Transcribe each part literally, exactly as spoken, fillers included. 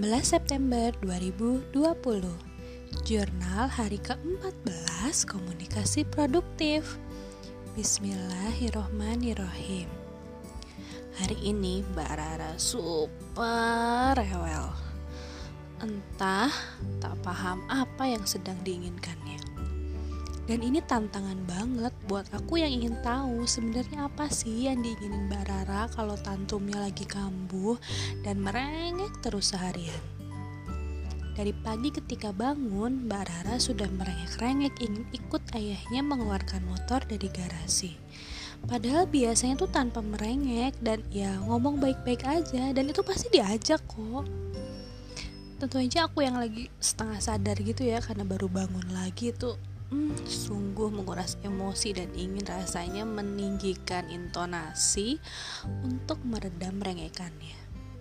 belas September dua ribu dua puluh. Jurnal hari keempat belas Komunikasi Produktif. Bismillahirrohmanirrohim. Hari ini Mbak Rara super rewel. Entah tak paham apa yang sedang diinginkannya. Dan ini tantangan banget buat aku yang ingin tahu sebenarnya apa sih yang diinginin Mbak Rara kalau tantrumnya lagi kambuh dan merengek terus seharian. Dari pagi ketika bangun, Mbak Rara sudah merengek-rengek ingin ikut ayahnya mengeluarkan motor dari garasi. Padahal biasanya tuh tanpa merengek dan ya ngomong baik-baik aja, dan itu pasti diajak kok. Tentu aja aku yang lagi setengah sadar gitu ya, karena baru bangun lagi tuh hmm, sungguh menguras emosi dan ingin rasanya meninggikan intonasi untuk meredam merengekannya.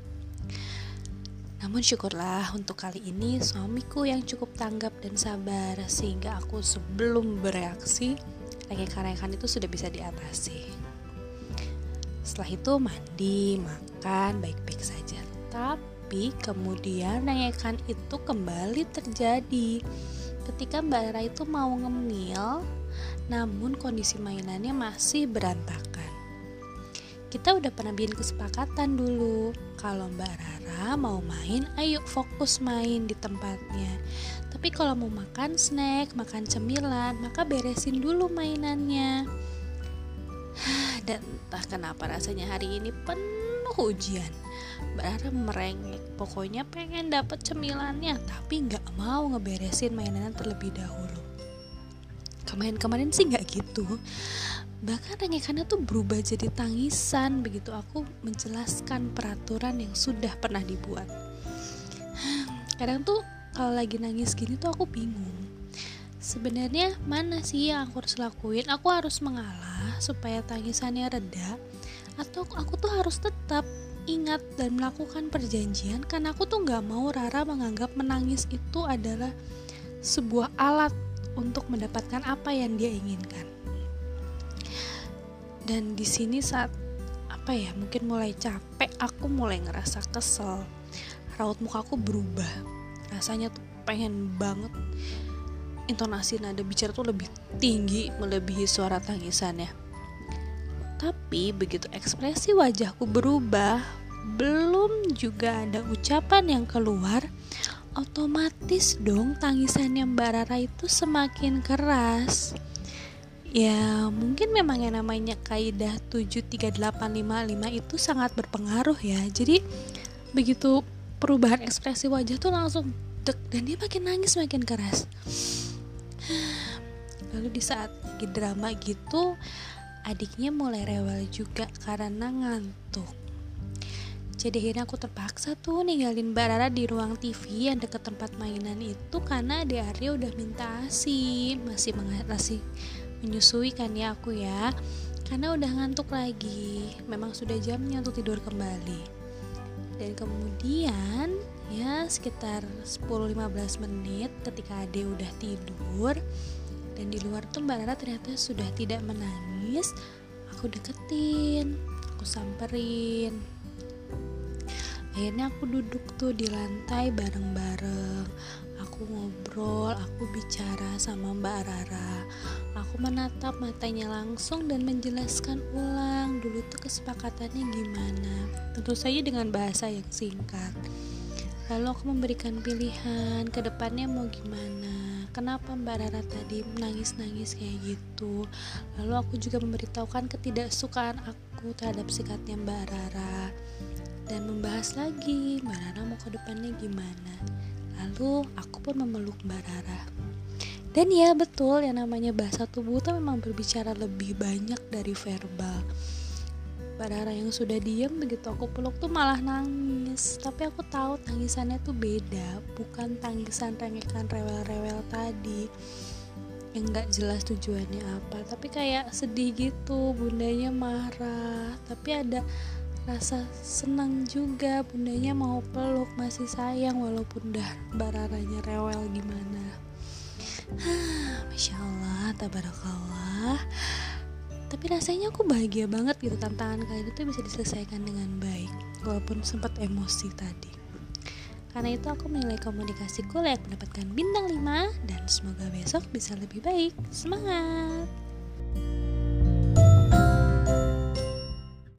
Namun syukurlah untuk kali ini suamiku yang cukup tanggap dan sabar, sehingga aku sebelum bereaksi rengek-rengek itu sudah bisa diatasi. Setelah itu mandi, makan, baik-baik saja. Tapi kemudian rengekan itu kembali terjadi ketika Mbak Rara itu mau ngemil, namun kondisi mainannya masih berantakan. Kita udah pernah bikin kesepakatan dulu, kalau Mbak Rara mau main, ayo fokus main di tempatnya. Tapi kalau mau makan snack, makan cemilan, maka beresin dulu mainannya. Dan entah kenapa rasanya hari ini penuh ujian. Mbak Rara merengek, pokoknya pengen dapet cemilannya, tapi gak mau ngeberesin mainannya terlebih dahulu. Kemarin-kemarin sih gak gitu. Bahkan rengekannya tuh berubah jadi tangisan begitu aku menjelaskan peraturan yang sudah pernah dibuat. Kadang tuh kalau lagi nangis gini tuh aku bingung. Sebenarnya mana sih yang aku harus lakuin? Aku harus mengalah supaya tangisannya reda, atau aku tuh harus tetap ingat dan melakukan perjanjian, karena aku tuh gak mau Rara menganggap menangis itu adalah sebuah alat untuk mendapatkan apa yang dia inginkan. Dan di sini saat apa ya, mungkin mulai capek, aku mulai ngerasa kesel. Raut mukaku berubah. Rasanya tuh pengen banget intonasi nada bicara tuh lebih tinggi melebihi suara tangisannya. Tapi begitu ekspresi wajahku berubah, belum juga ada ucapan yang keluar, otomatis dong tangisannya Mbak Rara itu semakin keras. Ya mungkin memang yang namanya kaidah tujuh tiga delapan lima lima itu sangat berpengaruh ya. Jadi begitu perubahan ekspresi wajah tuh langsung dek, dan dia makin nangis makin keras. Lalu di saat lagi drama gitu, adiknya mulai rewel juga karena ngantuk. Jadi akhirnya aku terpaksa tuh ninggalin Mbak Rara di ruang T V yang deket tempat mainan itu, karena adik Arya udah minta ASI. Masih mengatasi menyusui kan ya aku ya, karena udah ngantuk lagi, memang sudah jamnya untuk tidur kembali. Dan kemudian ya sekitar sepuluh sampai lima belas menit ketika Ade udah tidur dan di luar tuh Mbak Rara ternyata sudah tidak menangis, aku deketin, aku samperin. Akhirnya aku duduk tuh di lantai bareng-bareng. Aku ngobrol, aku bicara sama Mbak Rara. Aku menatap matanya langsung dan menjelaskan ulang dulu tuh kesepakatannya gimana. Tentu saja dengan bahasa yang singkat. Lalu aku memberikan pilihan ke depannya mau gimana. Kenapa Mbak Rara tadi nangis-nangis kayak gitu. Lalu aku juga memberitahukan ketidaksukaan aku terhadap sikapnya Mbak Rara. Dan membahas lagi Mbak Rara mau ke depannya gimana. Lalu aku pun memeluk Mbak Rara. Dan ya betul, yang namanya bahasa tubuh itu memang berbicara lebih banyak dari verbal. Mbak Rara yang sudah diam begitu aku peluk tuh malah nangis. Tapi aku tahu tangisannya tuh beda, bukan tangisan rengekan rewel-rewel tadi yang gak jelas tujuannya apa. Tapi kayak sedih gitu, bundanya marah, tapi ada rasa senang juga, bundanya mau peluk, masih sayang walaupun udah Mbak Raranya rewel gimana. Masya Allah, tabarakallah. Tapi rasanya aku bahagia banget gitu, tantangan kali itu bisa diselesaikan dengan baik walaupun sempat emosi tadi. Karena itu aku menilai komunikasiku layak mendapatkan bintang lima dan semoga besok bisa lebih baik. Semangat!